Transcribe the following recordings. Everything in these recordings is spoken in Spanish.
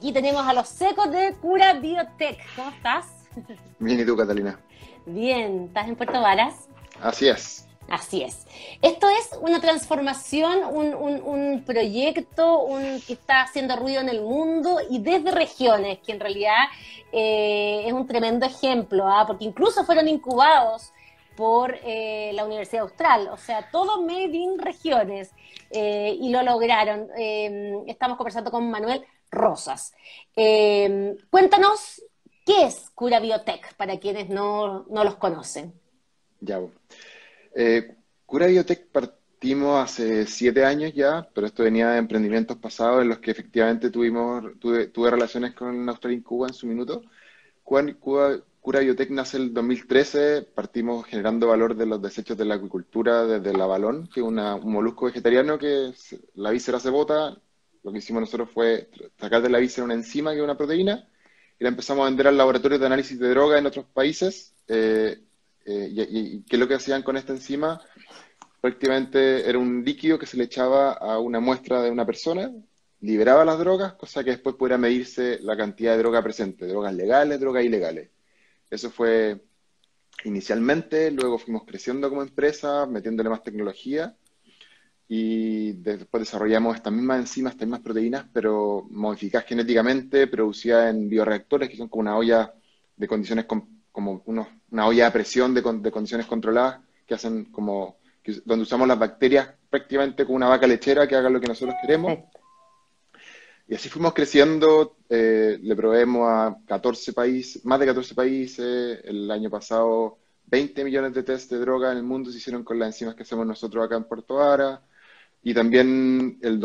aquí tenemos a los secos de Cura Biotech. ¿Cómo estás? Bien, ¿y tú, Catalina? Bien, ¿estás en Puerto Varas? Así es. Así es. Esto es una transformación, un proyecto que está haciendo ruido en el mundo y desde regiones, que en realidad es un tremendo ejemplo, ¿ah? Porque incluso fueron incubados por la Universidad Austral, o sea, todo made in regiones, y lo lograron. Estamos conversando con Manuel Rosas. Cuéntanos, ¿qué es Cura Biotech para quienes no los conocen? Ya. Cura Biotech partimos hace 7 años ya, pero esto venía de emprendimientos pasados en los que efectivamente tuve relaciones con Austral Incuba en su minuto. Cura Biotech nace el 2013, partimos generando valor de los desechos de la acuicultura desde la Avalón, que es un molusco vegetariano la víscera se bota. Lo que hicimos nosotros fue sacar de la víscera una enzima que es una proteína y la empezamos a vender al laboratorio de análisis de droga en otros países. ¿Y qué es lo que hacían con esta enzima? Prácticamente era un líquido que se le echaba a una muestra de una persona, liberaba las drogas, cosa que después pudiera medirse la cantidad de droga presente, drogas legales, drogas ilegales. Eso fue inicialmente, luego fuimos creciendo como empresa, metiéndole más tecnología y después desarrollamos estas mismas enzimas, estas mismas proteínas, pero modificadas genéticamente, producidas en bioreactores, que son como una olla de condiciones, una olla a presión de condiciones controladas, que hacen donde usamos las bacterias prácticamente como una vaca lechera que haga lo que nosotros queremos. Perfecto. Y así fuimos creciendo, le proveemos a 14 países, más de 14 países. El año pasado 20 millones de test de droga en el mundo se hicieron con las enzimas que hacemos nosotros acá en Puerto Vara. Y también el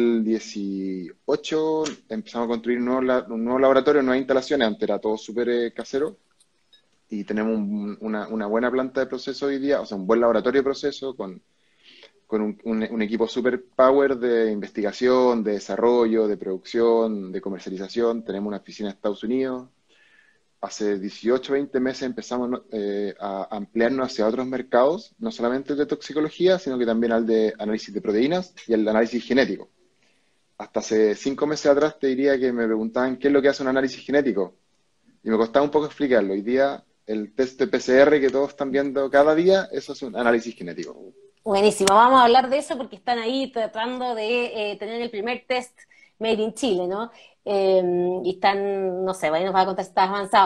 2018 empezamos a construir un nuevo laboratorio, nuevas instalaciones. Antes era todo súper casero. Y tenemos una buena planta de proceso hoy día, o sea, un buen laboratorio de proceso con un equipo super power de investigación, de desarrollo, de producción, de comercialización. Tenemos una oficina en Estados Unidos. Hace 18, 20 meses empezamos a ampliarnos hacia otros mercados, no solamente el de toxicología, sino que también al de análisis de proteínas y el análisis genético. Hasta hace 5 meses atrás te diría que me preguntaban qué es lo que hace un análisis genético. Y me costaba un poco explicarlo. Hoy día el test de PCR que todos están viendo cada día, eso es un análisis genético. Buenísimo, vamos a hablar de eso porque están ahí tratando de tener el primer test made in Chile, ¿no? Y están, no sé, bueno, nos va a contar si está avanzado.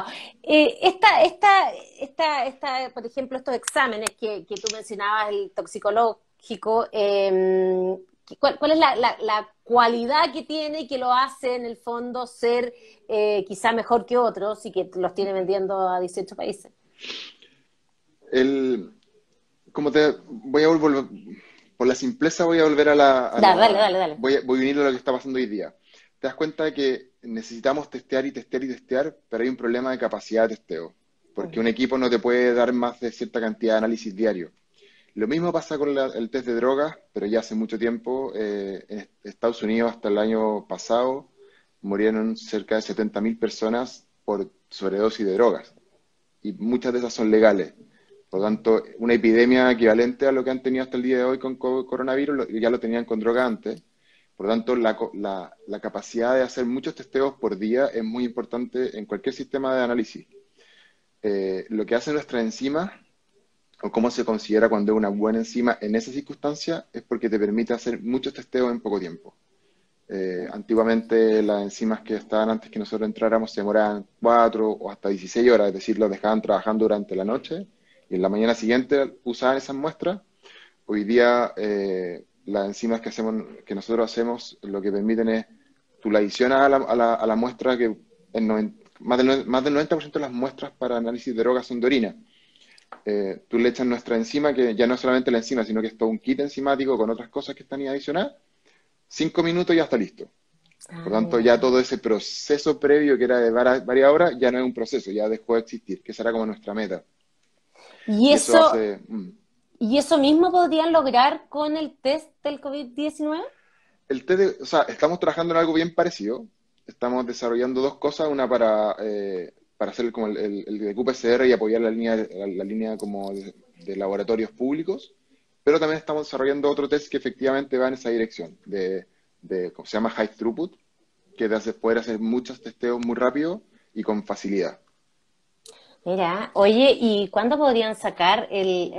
Por ejemplo, estos exámenes que tú mencionabas, el toxicológico, ¿cuál es la cualidad que tiene y que lo hace en el fondo ser quizá mejor que otros y que los tiene vendiendo a 18 países? El, Como te voy a volver, por la simpleza voy a volver Dale. voy a unirlo a lo que está pasando hoy día. Te das cuenta de que necesitamos testear y testear y testear, pero hay un problema de capacidad de testeo, porque un equipo no te puede dar más de cierta cantidad de análisis diario. Lo mismo pasa con el test de drogas, pero ya hace mucho tiempo, en Estados Unidos hasta el año pasado, murieron cerca de 70.000 personas por sobredosis de drogas, y muchas de esas son legales. Por lo tanto, una epidemia equivalente a lo que han tenido hasta el día de hoy con coronavirus, ya lo tenían con droga antes. Por lo tanto, la capacidad de hacer muchos testeos por día es muy importante en cualquier sistema de análisis. Lo que hacen nuestras enzimas, o cómo se considera cuando es una buena enzima en esa circunstancia, es porque te permite hacer muchos testeos en poco tiempo. Antiguamente las enzimas que estaban antes que nosotros entráramos se demoraban 4 o hasta 16 horas, es decir, los dejaban trabajando durante la noche y en la mañana siguiente usaban esas muestras. Hoy día las enzimas que nosotros hacemos lo que permiten es, tú la adicionas a la muestra que más del 90% de las muestras para análisis de drogas son de orina. Tú le echas nuestra enzima, que ya no es solamente la enzima, sino que es todo un kit enzimático con otras cosas que están ahí adicionadas. 5 minutos y ya está listo. Por lo tanto, ya todo ese proceso previo que era de varias horas, ya no es un proceso, ya dejó de existir, que será como nuestra meta. Y Y eso eso, hace... ¿Y eso mismo podrían lograr con el test del COVID-19? O sea, estamos trabajando en algo bien parecido. Estamos desarrollando dos cosas, una para hacer como el de QPCR y apoyar la línea como de laboratorios públicos, pero también estamos desarrollando otro test que efectivamente va en esa dirección, ¿cómo se llama? High Throughput, que te hace poder hacer muchos testeos muy rápido y con facilidad. Mira, oye, ¿y cuándo podrían sacar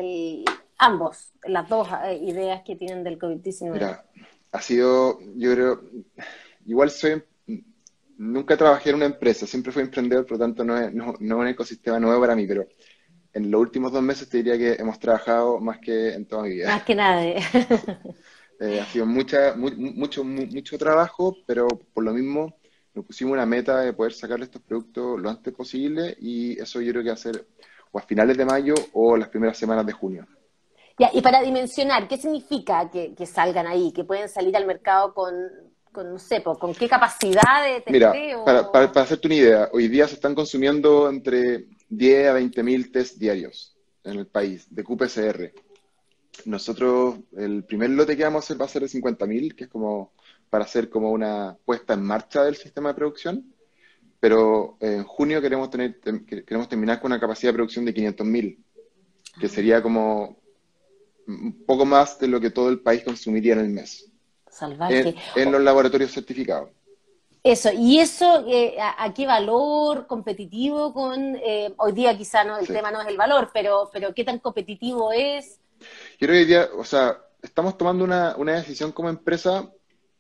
ambos, las dos ideas que tienen del COVID-19? Mira, ha sido, yo creo, igual nunca trabajé en una empresa, siempre fui emprendedor, por lo tanto no es un ecosistema nuevo para mí, pero en los últimos 2 meses te diría que hemos trabajado más que en toda mi vida. Más que nada. Ha sido mucho trabajo, pero por lo mismo nos pusimos una meta de poder sacar estos productos lo antes posible y eso yo creo que va a ser o a finales de mayo o las primeras semanas de junio. Ya, y para dimensionar, ¿qué significa que salgan ahí? Que pueden salir al mercado no sé, con qué capacidad de Mira, testeo. para hacerte una idea, hoy día se están consumiendo entre 10 a 20 mil test diarios en el país de QPCR. Nosotros, el primer lote que vamos a hacer va a ser de 50.000, que es como para hacer como una puesta en marcha del sistema de producción, pero en junio queremos terminar con una capacidad de producción de 500.000, que sería como un poco más de lo que todo el país consumiría en el mes, Salvaje. en los laboratorios certificados. Eso, y eso, ¿a qué valor competitivo hoy día quizá no, el Sí. tema no es el valor, pero qué tan competitivo es? Yo creo que hoy día, o sea, estamos tomando una decisión como empresa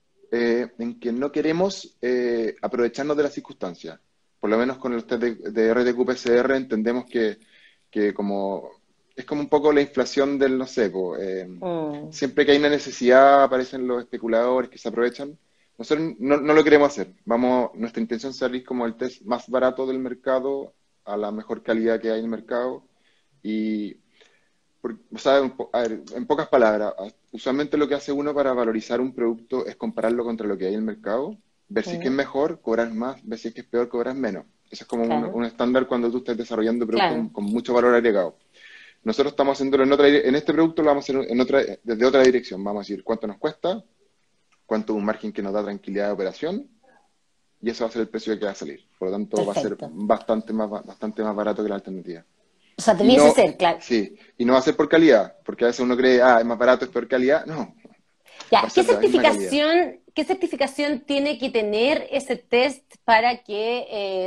en que no queremos aprovecharnos de las circunstancias. Por lo menos con el test de RT-PCR entendemos que como es como un poco la inflación del, no sé, Mm, siempre que hay una necesidad aparecen los especuladores que se aprovechan. Nosotros no lo queremos hacer. Nuestra intención es salir como el test más barato del mercado a la mejor calidad que hay en el mercado y o sea, a ver, en pocas palabras, usualmente lo que hace uno para valorizar un producto es compararlo contra lo que hay en el mercado, ver si es que es mm, mejor, cobras más, ver si es que es peor, cobras menos. Eso es como claro, un estándar cuando tú estás desarrollando productos claro. con mucho valor agregado. Nosotros estamos haciéndolo en este producto lo vamos a hacer desde otra dirección. Vamos a decir cuánto nos cuesta, cuánto es un margen que nos da tranquilidad de operación, y eso va a ser el precio que va a salir. Por lo tanto, va a ser Perfecto. bastante más barato que la alternativa. O sea, Y debiese no, ser, claro. sí, y no va a ser por calidad, porque a veces uno cree, es más barato, es peor calidad. No, va a Ya, ser de la misma calidad. qué certificación tiene que tener ese test para que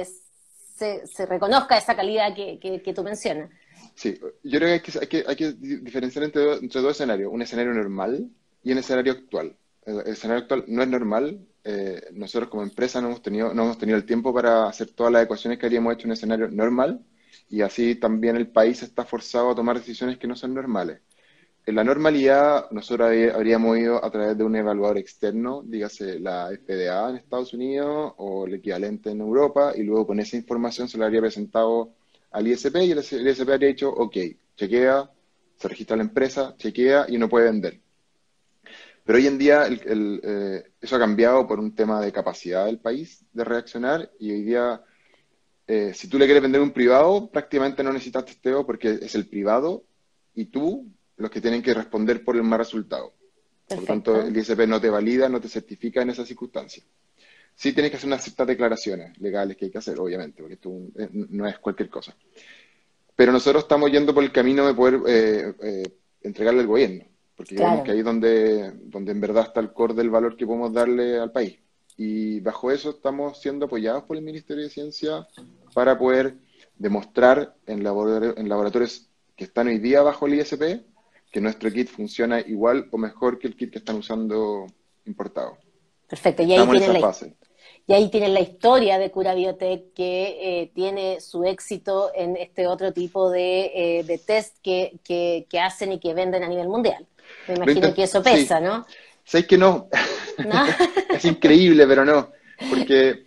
se reconozca esa calidad que tú mencionas? Sí, yo creo que hay que diferenciar entre dos escenarios, un escenario normal y un escenario actual. El escenario actual no es normal. Nosotros como empresa no hemos tenido el tiempo para hacer todas las ecuaciones que habríamos hecho en un escenario normal y así también el país está forzado a tomar decisiones que no son normales. En la normalidad, nosotros habríamos ido a través de un evaluador externo, dígase la FDA en Estados Unidos o el equivalente en Europa, y luego con esa información se le habría presentado al ISP y el ISP habría dicho, ok, chequea, se registra la empresa, chequea y no puede vender. Pero hoy en día eso ha cambiado por un tema de capacidad del país de reaccionar y hoy día, si tú le quieres vender a un privado, prácticamente no necesitas testeo porque es el privado y tú los que tienen que responder por el mal resultado. Por lo tanto, Perfecto. el ISP no te valida, no te certifica en esas circunstancias. Sí tienes que hacer unas ciertas declaraciones legales que hay que hacer, obviamente, porque esto no es cualquier cosa. Pero nosotros estamos yendo por el camino de poder entregarle al gobierno, porque creemos que Claro, ahí es donde en verdad está el core del valor que podemos darle al país. Y bajo eso estamos siendo apoyados por el Ministerio de Ciencia para poder demostrar en laboratorios que están hoy día bajo el ISP que nuestro kit funciona igual o mejor que el kit que están usando importado. perfecto. Estamos en esa fase. Y ahí tienen la historia de Cura Biotech que tiene su éxito en este otro tipo de test que hacen y que venden a nivel mundial. Me imagino que eso Sí, pesa, ¿no? ¿sabes que no? ¿No? Es increíble, pero no. Porque,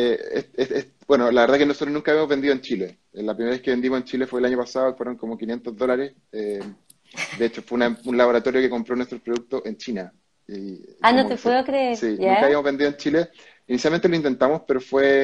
bueno, la verdad que nosotros nunca habíamos vendido en Chile. La primera vez que vendimos en Chile fue el año pasado, fueron como $500. De hecho, fue un laboratorio que compró nuestros productos en China. Y Ah, no como te que puedo creer, sí, nunca ¿ya? habíamos vendido en Chile. Inicialmente lo intentamos, pero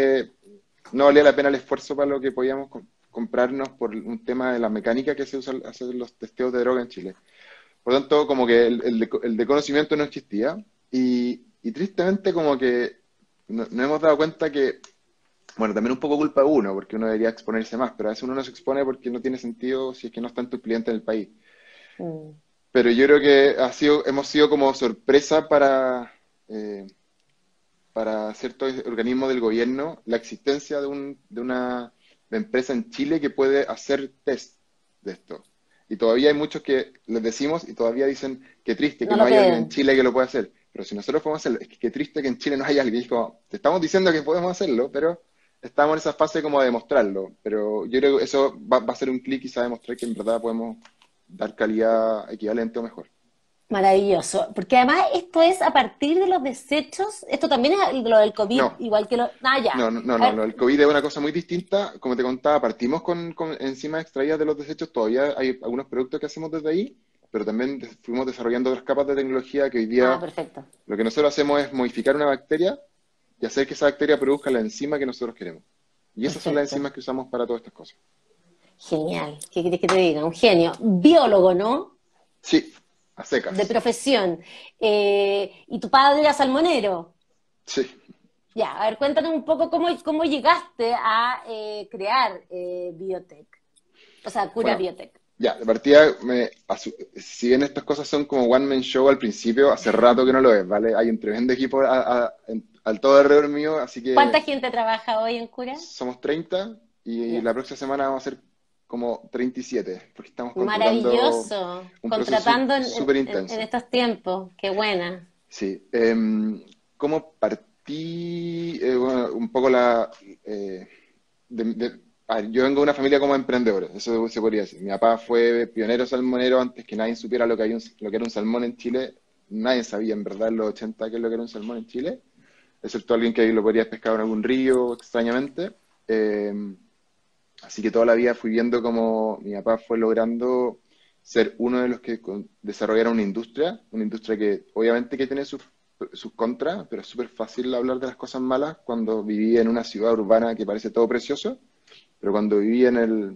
no valía la pena el esfuerzo para lo que podíamos comprarnos por un tema de la mecánica que se usa al hacer los testeos de droga en Chile. Por lo tanto, como que el de conocimiento no existía y tristemente como que nos hemos dado cuenta que, bueno, también un poco culpa de uno, porque uno debería exponerse más, pero a veces uno no se expone porque no tiene sentido si es que no están tus clientes en el país. Mm. Pero yo creo que hemos sido como sorpresa para, eh, para ciertos organismos del gobierno la existencia de una de empresa en Chile que puede hacer test de esto. Y todavía hay muchos que les decimos y todavía dicen, qué triste que No no lo hay alguien en creen. Chile que lo pueda hacer. Pero si nosotros podemos hacerlo, es que qué triste que en Chile no haya alguien. Y es como, te estamos diciendo que podemos hacerlo, pero estamos en esa fase como de demostrarlo. Pero yo creo que eso va a ser un clic y se va a demostrar que en verdad podemos dar calidad equivalente o mejor. Maravilloso, porque además esto es a partir de los desechos, esto también es lo del COVID, No, igual que lo... Ah, ya. A no, ver, el COVID es una cosa muy distinta. Como te contaba, partimos con enzimas extraídas de los desechos. Todavía hay algunos productos que hacemos desde ahí, pero también fuimos desarrollando otras capas de tecnología que hoy ah, día perfecto, lo que nosotros hacemos es modificar una bacteria y hacer que esa bacteria produzca la enzima que nosotros queremos. Y esas son las perfecto. enzimas que usamos para todas estas cosas. Genial. ¿Qué quieres que te diga? Un genio. Biólogo, ¿no? Sí, a De secas. profesión. Y tu padre era salmonero. Sí. Ya, a ver, cuéntanos un poco cómo llegaste a crear Biotech, o sea, Cura Bueno, Biotech. ya, de partida, si bien estas cosas son como one man show al principio, hace rato que no lo es, ¿vale? Hay un tremendo equipo al todo alrededor mío, así ¿Cuánta que gente trabaja hoy en Cura? somos 30 y Ya. la próxima semana vamos a ser como 37 porque estamos contratando Maravilloso. un proceso Contratando súper en intenso. estos tiempos. Qué buena. Sí. ¿Cómo partí? Bueno, un poco eh, yo vengo de una familia como emprendedores, eso se podría decir. Mi papá fue pionero salmonero antes que nadie supiera lo que era un salmón en Chile. Nadie sabía en verdad en los 80 qué es lo que era un salmón en Chile, excepto alguien que lo podría pescar en algún río extrañamente. Eh, Así que toda la vida fui viendo cómo mi papá fue logrando ser uno de los que desarrollaron una industria que obviamente que tiene sus contras, pero es súper fácil hablar de las cosas malas cuando viví en una ciudad urbana que parece todo precioso, pero cuando viví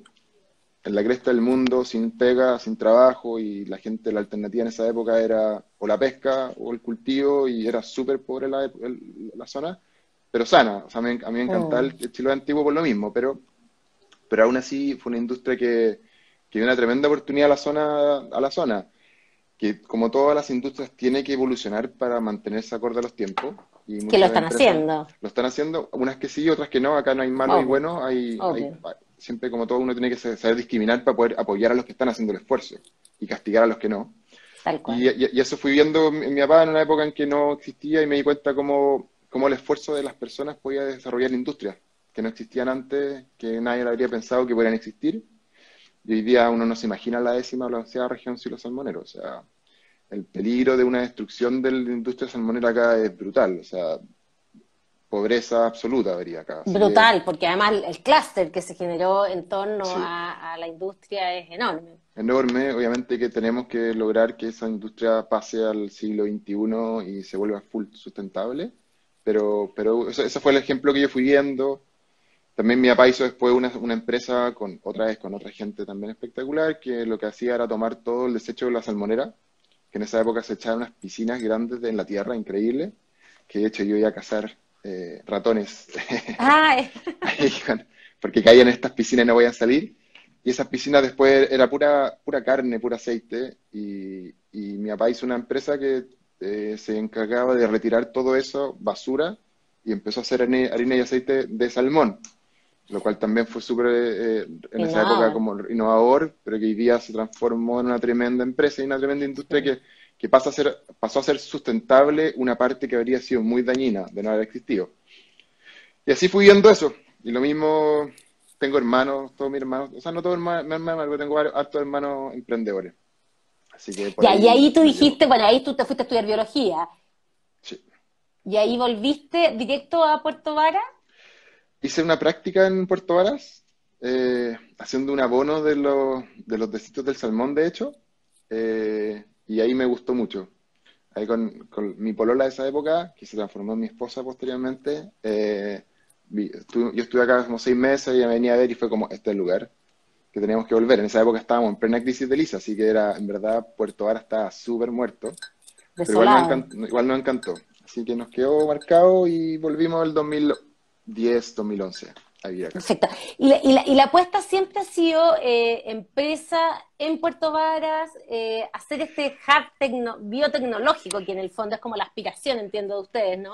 en la cresta del mundo, sin pega, sin trabajo, y la gente, la alternativa en esa época era o la pesca o el cultivo, y era súper pobre la zona, pero sana. O sea, a mí me encantaba Mm. el Chile antiguo por lo mismo, pero aún así fue una industria que dio una tremenda oportunidad a la zona, que como todas las industrias tiene que evolucionar para mantenerse acorde a los tiempos, y Que lo muchas están empresas haciendo. lo están haciendo, unas que sí, otras que no, acá no hay malo y Obvio, bueno, obvio. siempre como todo uno tiene que saber discriminar para poder apoyar a los que están haciendo el esfuerzo y castigar a los que no. Tal Y, cual. y eso fui viendo en mi papá en una época en que no existía y me di cuenta cómo el esfuerzo de las personas podía desarrollar industrias que no existían antes, que nadie lo habría pensado que podrían existir. Y hoy día uno no se imagina la décima o la onceava región sin los salmoneros. O sea, el peligro de una destrucción de la industria salmonera acá es brutal. O sea, pobreza absoluta habría acá. Así que Brutal, porque además el clúster que se generó en torno sí, a la industria es enorme. enorme. Obviamente que tenemos que lograr que esa industria pase al siglo XXI y se vuelva full sustentable. Pero ese fue el ejemplo que yo fui viendo. También mi papá hizo después una empresa otra vez con otra gente también espectacular, que lo que hacía era tomar todo el desecho de la salmonera, que en esa época se echaban unas piscinas grandes en la tierra, increíble, que de hecho yo iba a cazar ratones Ah, ahí porque caían en estas piscinas y no podían salir. Y esas piscinas después era pura carne, pura aceite, y mi papá hizo una empresa que se encargaba de retirar todo eso, basura, y empezó a hacer harina y aceite de salmón, lo cual también fue súper en esa época innovador. como innovador, pero que hoy día se transformó en una tremenda empresa y una tremenda industria Sí. que pasó a ser sustentable una parte que habría sido muy dañina de no haber existido. Y así fui viendo eso. Y lo mismo, tengo hermanos, todos mis hermanos, o sea, no todos mis hermanos, pero tengo hartos hermanos emprendedores. Así que por Ya, y ahí ahí tú me llevo. dijiste, bueno, ahí tú te fuiste a estudiar biología, Sí. y ahí volviste directo a Puerto Vara. Hice una práctica en Puerto Varas, haciendo un abono de los desechos del salmón, de hecho, y ahí me gustó mucho. Ahí con mi polola de esa época, que se transformó en mi esposa posteriormente, yo estuve acá como 6 meses y ella me venía a ver y fue como, este es el lugar que teníamos que volver. En esa época estábamos en plena crisis de Lisa, así que era, en verdad, Puerto Vara estaba súper muerto, pero Desolado. igual nos encantó. Así que nos quedó marcado y volvimos el 2010, 2011 a vivir acá. Perfecto. Y la apuesta siempre ha sido empresa en Puerto Varas, hacer este hub biotecnológico, que en el fondo es como la aspiración, entiendo, de ustedes, ¿no?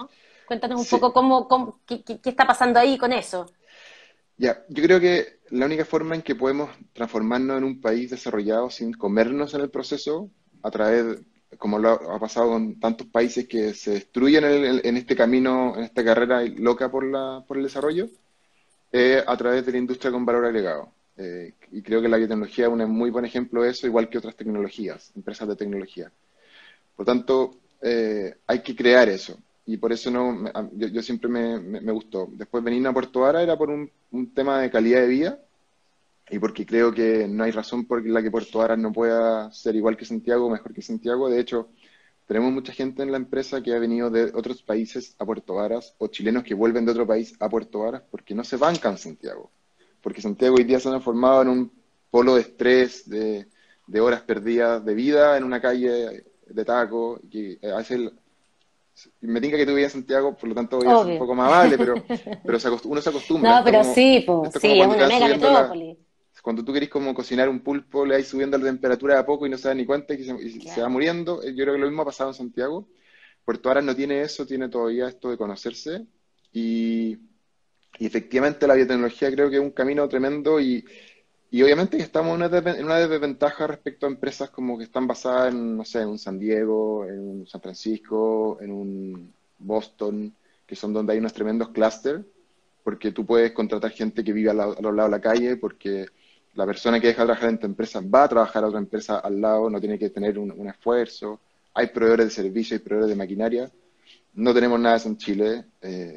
Cuéntanos un Sí, poco qué está pasando ahí con eso. ya, yo creo que la única forma en que podemos transformarnos en un país desarrollado sin comernos en el proceso, a través, como lo ha pasado con tantos países que se destruyen en este camino, en esta carrera loca por el desarrollo, a través de la industria con valor agregado. Y creo que la biotecnología es un muy buen ejemplo de eso, igual que otras tecnologías, empresas de tecnología. Por tanto, hay que crear eso. Y por eso no, yo siempre me gustó. Después venir a Puerto Vara era por un tema de calidad de vida y porque creo que no hay razón por la que Puerto Vara no pueda ser igual que Santiago o mejor que Santiago. De hecho, tenemos mucha gente en la empresa que ha venido de otros países a Puerto Varas o chilenos que vuelven de otro país a Puerto Varas porque no se bancan Santiago. Porque Santiago hoy día se ha transformado en un polo de estrés, de horas perdidas de vida en una calle de taco. Que hace me tinca que tú vivías en Santiago, por lo tanto voy a ser un Obvio. poco más amable, pero uno se acostumbra. No, pero sí, pues, Esto es como sí, es cuando te una vas mega subiendo metrópoli. cuando tú querés como cocinar un pulpo, le vais subiendo la temperatura de a poco y no se da ni cuenta y se va Claro. muriendo. Yo creo que lo mismo ha pasado en Santiago. Puerto Aras no tiene eso, tiene todavía esto de conocerse y, y efectivamente la biotecnología creo que es un camino tremendo y obviamente que estamos en una desventaja respecto a empresas como que están basadas en, no sé, en un San Diego, en un San Francisco, en un Boston, que son donde hay unos tremendos clústeres, porque tú puedes contratar gente que vive a los lados de la calle, porque la persona que deja de trabajar en tu empresa va a trabajar a otra empresa al lado, no tiene que tener un esfuerzo. Hay proveedores de servicios y proveedores de maquinaria. No tenemos nada de eso en Chile.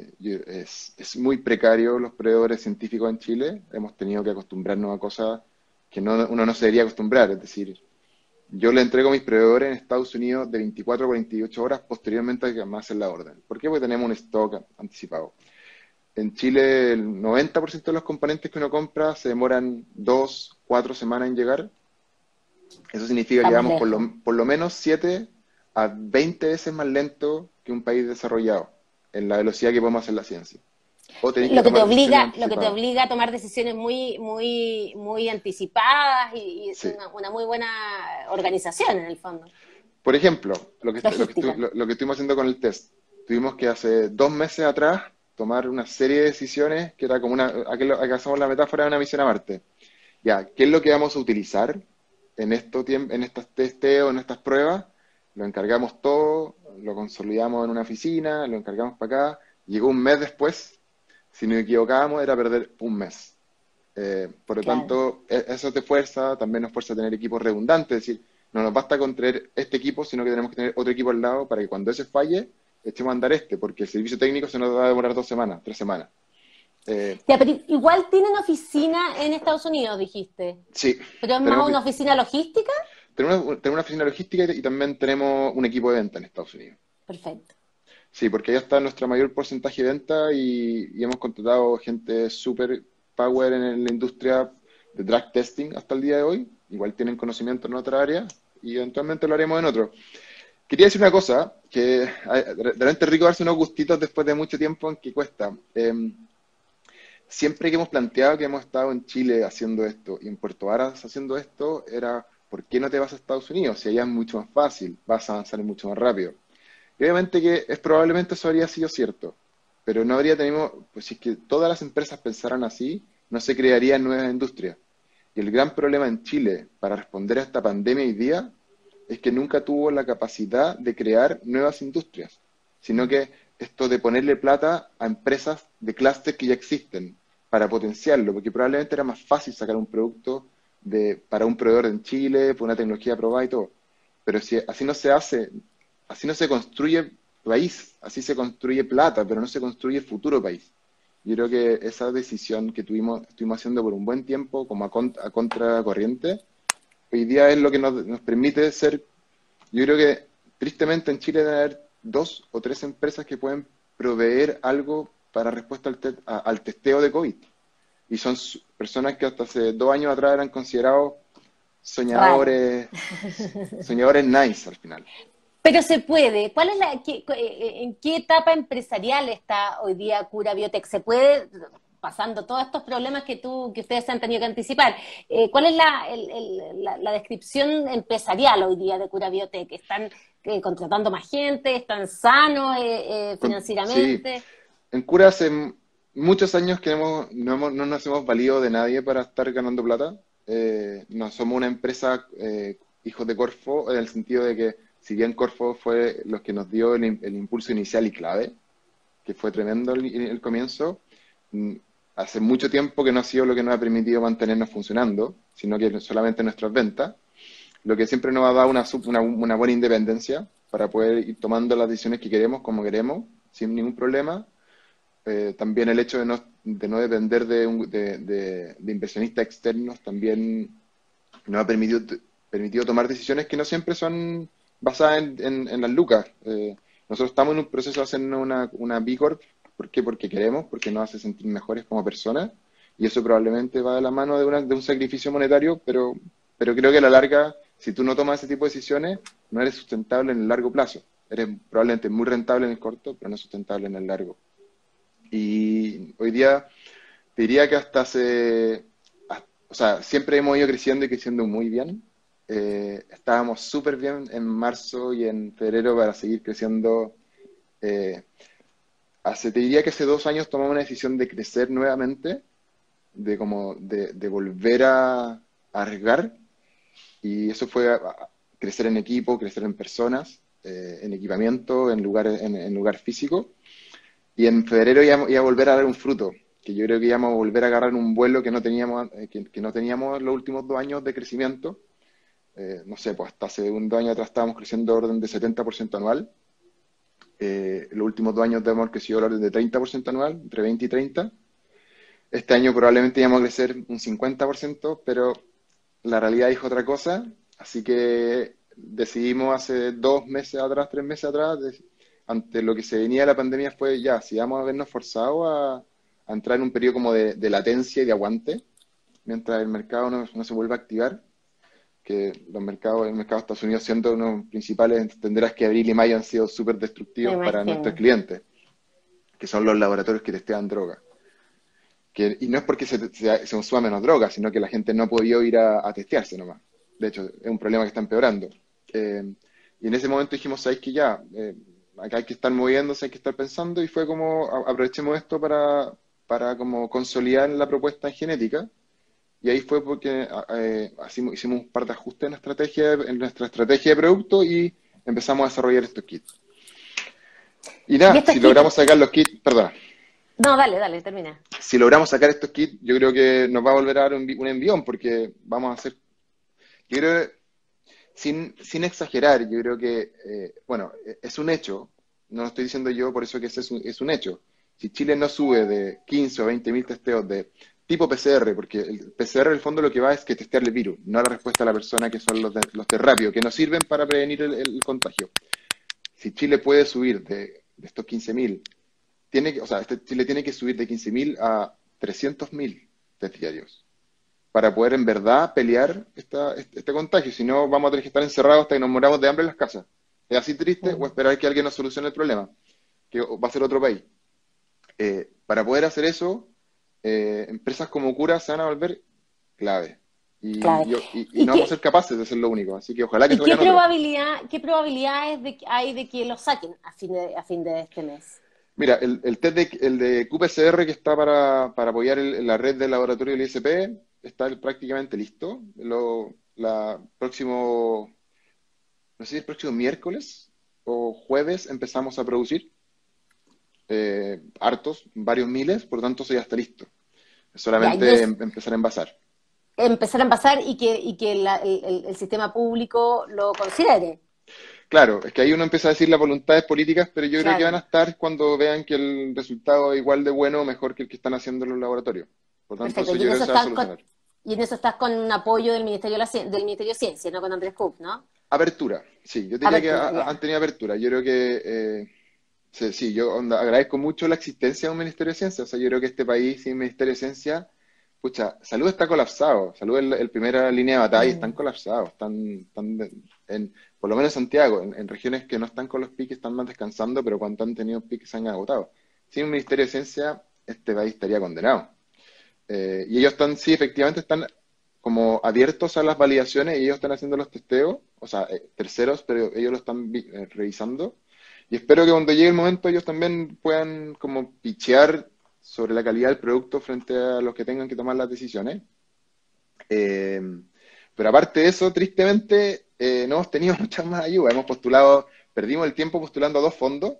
Es muy precario los proveedores científicos en Chile. Hemos tenido que acostumbrarnos a cosas que uno no se debería acostumbrar. Es decir, yo le entrego a mis proveedores en Estados Unidos de 24 a 48 horas posteriormente a que me hacen la orden. ¿Por qué? Porque tenemos un stock anticipado. En Chile, el 90% de los componentes que uno compra se demoran 2, 4 semanas en llegar. Eso significa que Estamos vamos lejos. por lo menos 7 a 20 veces más lento que un país desarrollado en la velocidad que podemos hacer la ciencia. O tenéis que tomar decisiones Lo que te anticipadas. obliga a tomar decisiones muy anticipadas y Sí. una muy buena organización en el fondo. Por ejemplo, Logística. lo que estuvimos haciendo con el test. Tuvimos que hace 2 meses atrás tomar una serie de decisiones que era como aquí hacemos la metáfora de una misión a Marte. Ya, ¿qué es lo que vamos a utilizar en estos testeos, en estas pruebas? Lo encargamos todo, lo consolidamos en una oficina, lo encargamos para acá. Llegó un mes después, si nos equivocábamos era perder un mes. Por lo Claro. tanto, eso te fuerza, también nos fuerza a tener equipos redundantes, es decir, no nos basta con tener este equipo, sino que tenemos que tener otro equipo al lado para que cuando ese falle, echemos a andar este, porque el servicio técnico se nos va a demorar 2 semanas, 3 semanas. Eh, Ya, pero igual tienen oficina en Estados Unidos, dijiste. sí, ¿Pero es más tenemos, una oficina logística? tenemos una oficina logística y también tenemos un equipo de venta en Estados Unidos. Perfecto. Sí, porque ahí está nuestro mayor porcentaje de venta y hemos contratado gente súper power en la industria de drug testing hasta el día de hoy. Igual tienen conocimiento en otra área y eventualmente lo haremos en otro. Quería decir una cosa, que de repente es rico darse unos gustitos después de mucho tiempo en que cuesta. Siempre que hemos planteado que hemos estado en Chile haciendo esto y en Puerto Varas haciendo esto, era ¿por qué no te vas a Estados Unidos? Si allá es mucho más fácil, vas a avanzar mucho más rápido. Y obviamente que probablemente eso habría sido cierto, pero no habría tenido, pues si es que todas las empresas pensaran así, no se crearían nuevas industrias. Y el gran problema en Chile para responder a esta pandemia hoy día es que nunca tuvo la capacidad de crear nuevas industrias, sino que esto de ponerle plata a empresas de clúster que ya existen para potenciarlo, porque probablemente era más fácil sacar un producto para un proveedor en Chile, por una tecnología probada y todo. Pero si así no se hace, así no se construye país, así se construye plata, pero no se construye futuro país. Yo creo que esa decisión que estuvimos haciendo por un buen tiempo, como a contracorriente, hoy día es lo que nos permite ser, yo creo que tristemente en Chile debe haber 2 o 3 empresas que pueden proveer algo para respuesta al testeo de COVID. Y son personas que hasta hace 2 años atrás eran considerados Raro. soñadores, soñadores nice al final. Pero se puede. ¿Cuál es en qué etapa empresarial está hoy día Cura Biotech? ¿Se puede, pasando todos estos problemas que ustedes han tenido que anticipar, cuál es la descripción empresarial hoy día de Cura Biotech? contratando más gente, están sanos Sí, financieramente. en Cura hace muchos años que no nos hemos valido de nadie para estar ganando plata. No somos una empresa hijos de Corfo, en el sentido de que si bien Corfo fue los que nos dio el impulso inicial y clave, que fue tremendo el comienzo, mm, hace mucho tiempo que no ha sido lo que nos ha permitido mantenernos funcionando, sino que solamente nuestras ventas, lo que siempre nos ha dado una buena independencia para poder ir tomando las decisiones que queremos, como queremos, sin ningún problema. También el hecho de no depender de inversionistas externos también nos ha permitido tomar decisiones que no siempre son basadas en las lucas. Nosotros estamos en un proceso de hacer una B Corp. ¿Por qué? Porque queremos, porque nos hace sentir mejores como personas, y eso probablemente va de la mano de un sacrificio monetario, pero creo que a la larga, si tú no tomas ese tipo de decisiones, no eres sustentable en el largo plazo. Eres probablemente muy rentable en el corto, pero no sustentable en el largo. Y hoy día te diría que o sea, siempre hemos ido creciendo y creciendo muy bien. Estábamos súper bien en marzo y en febrero para seguir creciendo. Eh, te diría que hace 2 años tomamos una decisión de crecer nuevamente, de volver a arriesgar, y eso fue crecer en equipo, crecer en personas, en equipamiento, en lugar físico. Y en febrero iba a volver a dar un fruto, que yo creo que íbamos a volver a agarrar un vuelo que no teníamos, que no teníamos los últimos 2 años de crecimiento. No sé, pues hasta hace 2 años atrás estábamos creciendo orden de 70% anual. Los últimos 2 años hemos crecido el orden de 30% anual, entre 20 y 30. Este año probablemente íbamos a crecer un 50%, pero la realidad dijo otra cosa, así que decidimos hace 2 meses atrás, 3 meses atrás, ante lo que se venía de la pandemia, fue ya, si vamos a vernos forzados a entrar en un periodo como de latencia y de aguante, mientras el mercado no se vuelva a activar, que el mercado de Estados Unidos siendo uno de los principales, entenderás que abril y mayo han sido súper Me destructivos para nuestros imagino. clientes, que son los laboratorios que testean droga. Y no es porque se consuma menos droga, sino que la gente no ha podido ir a testearse nomás. De hecho, es un problema que está empeorando. Y en ese momento dijimos, ¿sabéis que ya? Acá hay que estar moviéndose, hay que estar pensando, y fue como, aprovechemos esto para como consolidar la propuesta en genética. Y ahí fue porque hicimos un par de ajustes en nuestra estrategia de producto, y empezamos a desarrollar estos kits. Y Y nada, estos si kits, logramos sacar los kits, perdón, no, dale, dale, termina. si logramos sacar estos kits, yo creo que nos va a volver a dar un envión, porque vamos a hacer, yo creo, sin exagerar, yo creo que, bueno, es un hecho, no lo estoy diciendo yo, por eso que es un hecho. Si Chile no sube de 15 o 20 mil testeos de tipo PCR, porque el PCR en el fondo lo que va es que testear el virus, no la respuesta a la persona, que son los test rápidos, que no sirven para prevenir el contagio. Si Chile puede subir de estos 15.000, o sea, Chile tiene que subir de 15.000 a 300.000 test diarios para poder en verdad pelear este contagio. Si no, vamos a tener que estar encerrados hasta que nos moramos de hambre en las casas. ¿Es así triste? O Mm. esperar que alguien nos solucione el problema, que va a ser otro país. Para poder hacer eso, empresas como Cura se van a volver clave. Claro. Y ¿Y no vamos a qué, ser capaces de ser lo único. Así que ojalá que y se vayan otros. qué probabilidades hay de que lo saquen a fin de este mes? Mira, el de QPCR, que está para apoyar la red del laboratorio del ISP, está prácticamente listo. No sé si el próximo miércoles o jueves empezamos a producir hartos, varios miles, por lo tanto eso ya está listo. Es Ya, y solamente es empezar a envasar. empezar a envasar y que el sistema público lo considere. Claro, es que ahí uno empieza a decir las voluntades políticas, pero yo creo que van a Claro, estar cuando vean que el resultado es igual de bueno o mejor que el que están haciendo los laboratorios. Por tanto, perfecto. eso yo creo que se va a solucionar. Y en eso estás con un apoyo del Ministerio del Ministerio de Ciencia, ¿no? Con Andrés Kup, ¿no? Apertura, sí, yo diría que Apertura, ya. han tenido apertura. Yo creo que, sí, sí, yo agradezco mucho la existencia de un Ministerio de Ciencia. O sea, yo creo que este país sin Ministerio de Ciencia, pucha, salud está colapsado. Salud es la primera línea de batalla, están Mm. colapsados. Por lo menos en Santiago, en regiones que no están con los piques, están más descansando, pero cuando han tenido piques se han agotado. Sin un Ministerio de Ciencia, este país estaría condenado. Y ellos sí, efectivamente están como abiertos a las validaciones, y ellos están haciendo los testeos. o sea, terceros, pero ellos lo están revisando. Y espero que cuando llegue el momento ellos también puedan como pichear sobre la calidad del producto frente a los que tengan que tomar las decisiones. Eh, pero aparte de eso, tristemente, no hemos tenido muchas más ayudas. Hemos postulado, perdimos el tiempo postulando a 2 fondos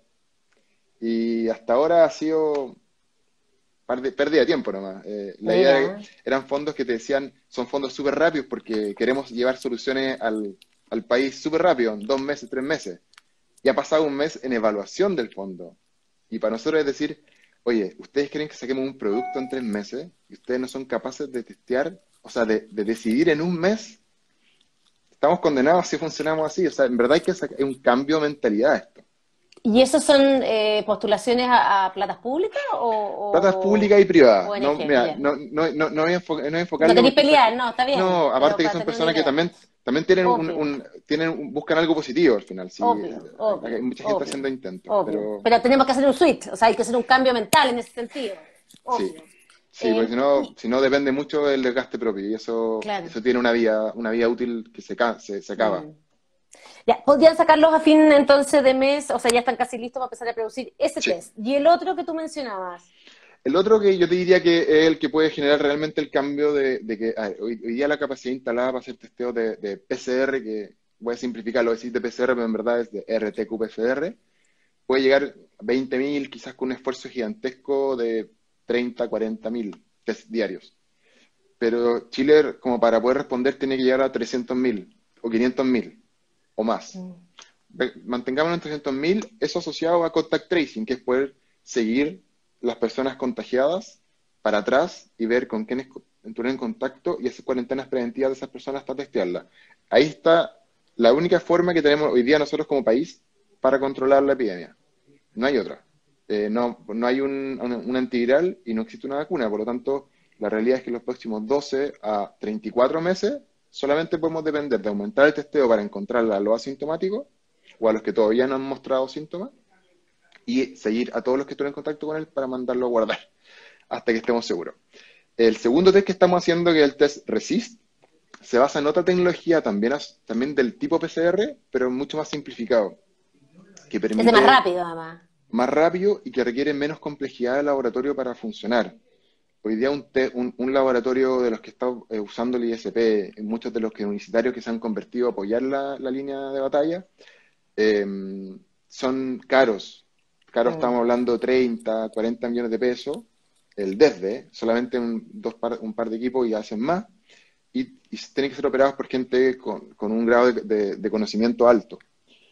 y hasta ahora ha sido pérdida de tiempo nomás. La idea Mira. eran fondos que te decían, son fondos súper rápidos porque queremos llevar soluciones al país súper rápido, en 2 meses, 3 meses. Y ha pasado un mes en evaluación del fondo. Y para nosotros es decir, oye, ¿ustedes creen que saquemos un producto en 3 meses y ustedes no son capaces de testear, o sea, de decidir en un mes? Estamos condenados si funcionamos así. O sea, en verdad hay que sacar un cambio de mentalidad a esto. ¿Y eso son postulaciones a platas públicas Platas o públicas y privadas. No, ONG? mira, Ya. no voy a no voy a No enfocarlo queréis porque pelear, no, está bien, no, pero aparte que para son tener una personas que idea. también tienen Obvio, buscan algo positivo al final. Sí, obvio, hay obvio, mucha gente obvio, haciendo intentos, obvio. pero Pero tenemos que hacer un switch, o sea, hay que hacer un cambio mental en ese sentido, sí, obvio. sí, porque Y, si no depende mucho del desgaste propio y claro. eso tiene una vida útil que se acaba. Mm. Ya, podrían sacarlos a fin entonces de mes, o sea, ya están casi listos para empezar a producir ese Sí. test. Y el otro que tú mencionabas. El otro que yo te diría que es el que puede generar realmente el cambio de que a ver, hoy día la capacidad instalada para hacer testeo de PCR, que voy a simplificarlo, decir de PCR, pero en verdad es de RT-qPCR, puede llegar a 20.000, quizás con un esfuerzo gigantesco de 30, 40.000 test diarios. Pero Chile, como para poder responder, tiene que llegar a 300.000 o 500.000 o más. Mm. Mantengamos en 300.000, eso asociado a contact tracing, que es poder seguir las personas contagiadas para atrás y ver con quiénes estuvieron en contacto y hacer cuarentenas preventivas de esas personas para testearlas. Ahí está la única forma que tenemos hoy día nosotros como país para controlar la epidemia. No hay otra. No hay un antiviral y no existe una vacuna. Por lo tanto, la realidad es que en los próximos 12 a 34 meses solamente podemos depender de aumentar el testeo para encontrar a los asintomáticos o a los que todavía no han mostrado síntomas y seguir a todos los que estuvieron en contacto con él para mandarlo a guardar hasta que estemos seguros. El segundo test que estamos haciendo, que es el test RESIST, se basa en otra tecnología también del tipo PCR, pero mucho más simplificado, que Es de más permite rápido, además. más rápido y que requiere menos complejidad de laboratorio para funcionar. Hoy día un laboratorio de los que está usando el ISP, muchos de los que universitarios que se han convertido a apoyar la línea de batalla, eh, son caros. Caros, Mm. estamos hablando de 30, 40 millones de pesos. El desde, solamente un par de equipos y hacen más. Y tienen que ser operados por gente con un grado de conocimiento alto.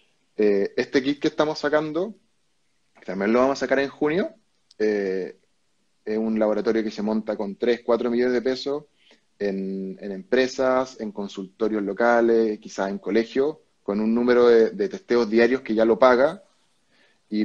Este kit que estamos sacando, que también lo vamos a sacar en junio, eh, es un laboratorio que se monta con 3 4 millones de pesos en empresas, en consultorios locales, quizás en colegios, con un número de testeos diarios que ya lo paga y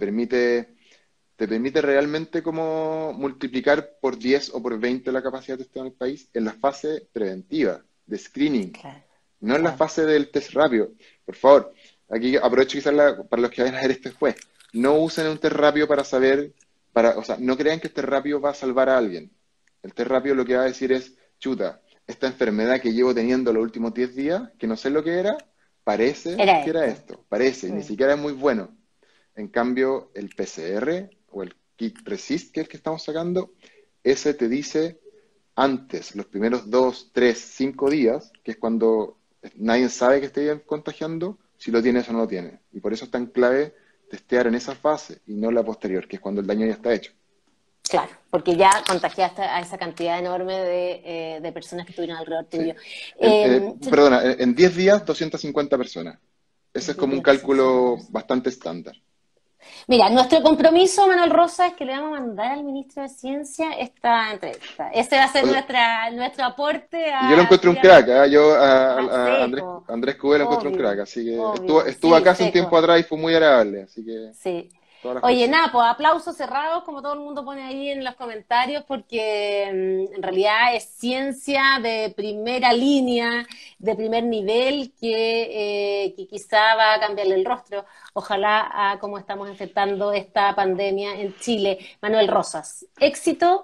te permite realmente como multiplicar por 10 o por 20 la capacidad de testeo en el país en la fase preventiva, de screening, Claro, no en la claro. fase del test rápido. Por favor, aquí aprovecho quizás para los que vayan a ver esto después. No usen un test rápido para saber, o sea, no crean que el test rápido va a salvar a alguien. El test rápido lo que va a decir es, chuta, esta enfermedad que llevo teniendo los últimos 10 días, que no sé lo que era, parece Era que era esto. esto, parece, y ni Mm. siquiera es muy bueno. En cambio, el PCR o el kit Resist, que es el que estamos sacando, ese te dice antes, los primeros 2, 3, 5 días, que es cuando nadie sabe que esté contagiando, si lo tienes o no lo tienes. Y por eso es tan clave testear en esa fase y no la posterior, que es cuando el daño ya está hecho. Claro, porque ya contagiaste a esa cantidad enorme de personas que estuvieron alrededor Sí. tuyo. Eh, Perdona, en 10 días, 250 personas. Ese es Diez como un días, 250 cálculo personas. bastante estándar. Mira, nuestro compromiso, Manuel Rosa, es que le vamos a mandar al ministro de Ciencia esta entrevista. Ese va a ser O- nuestro aporte y yo lo a encuentro un cuidar crack, ¿eh? Yo a seco, Andrés Cubé lo encuentro un crack, obvio, así que obvio, estuvo sí, acá hace un tiempo seco, atrás y fue muy agradable, así que sí. todas las Oye, cosas. nada, pues aplausos cerrados, como todo el mundo pone ahí en los comentarios, porque en realidad es ciencia de primera línea, de primer nivel, que quizá va a cambiarle el rostro, ojalá a cómo estamos enfrentando esta pandemia en Chile. Manuel Rosas, éxito,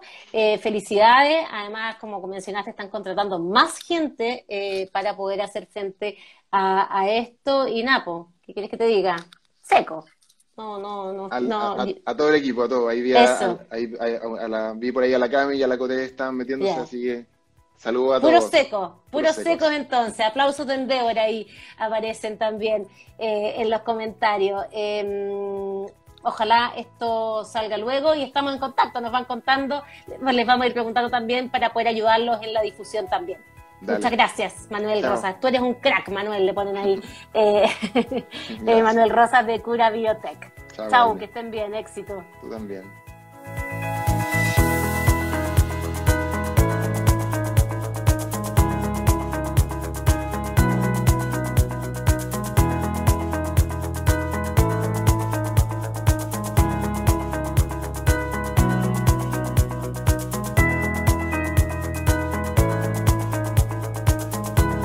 felicidades, además, como mencionaste, están contratando más gente para poder hacer frente a esto y Napo, ¿qué quieres que te diga? Seco. No, no, no, no. A todo el equipo, a todo. Ahí vi, Eso, vi por ahí a la Cami y a la Cote estaban metiéndose, ya. así que saludos a todos. Puros Puros secos secos. entonces. Aplausos de Endeavor ahí aparecen también en los comentarios. Ojalá esto salga luego y estamos en contacto, nos van contando, les vamos a ir preguntando también para poder ayudarlos en la difusión también. Muchas Dale. gracias, Manuel Chao. Rosas. Tú eres un crack, Manuel, le ponen ahí. Gracias. Manuel Rosas de Cura Biotech. Chao, Chau, Carolina. que estén bien, éxito. Tú también.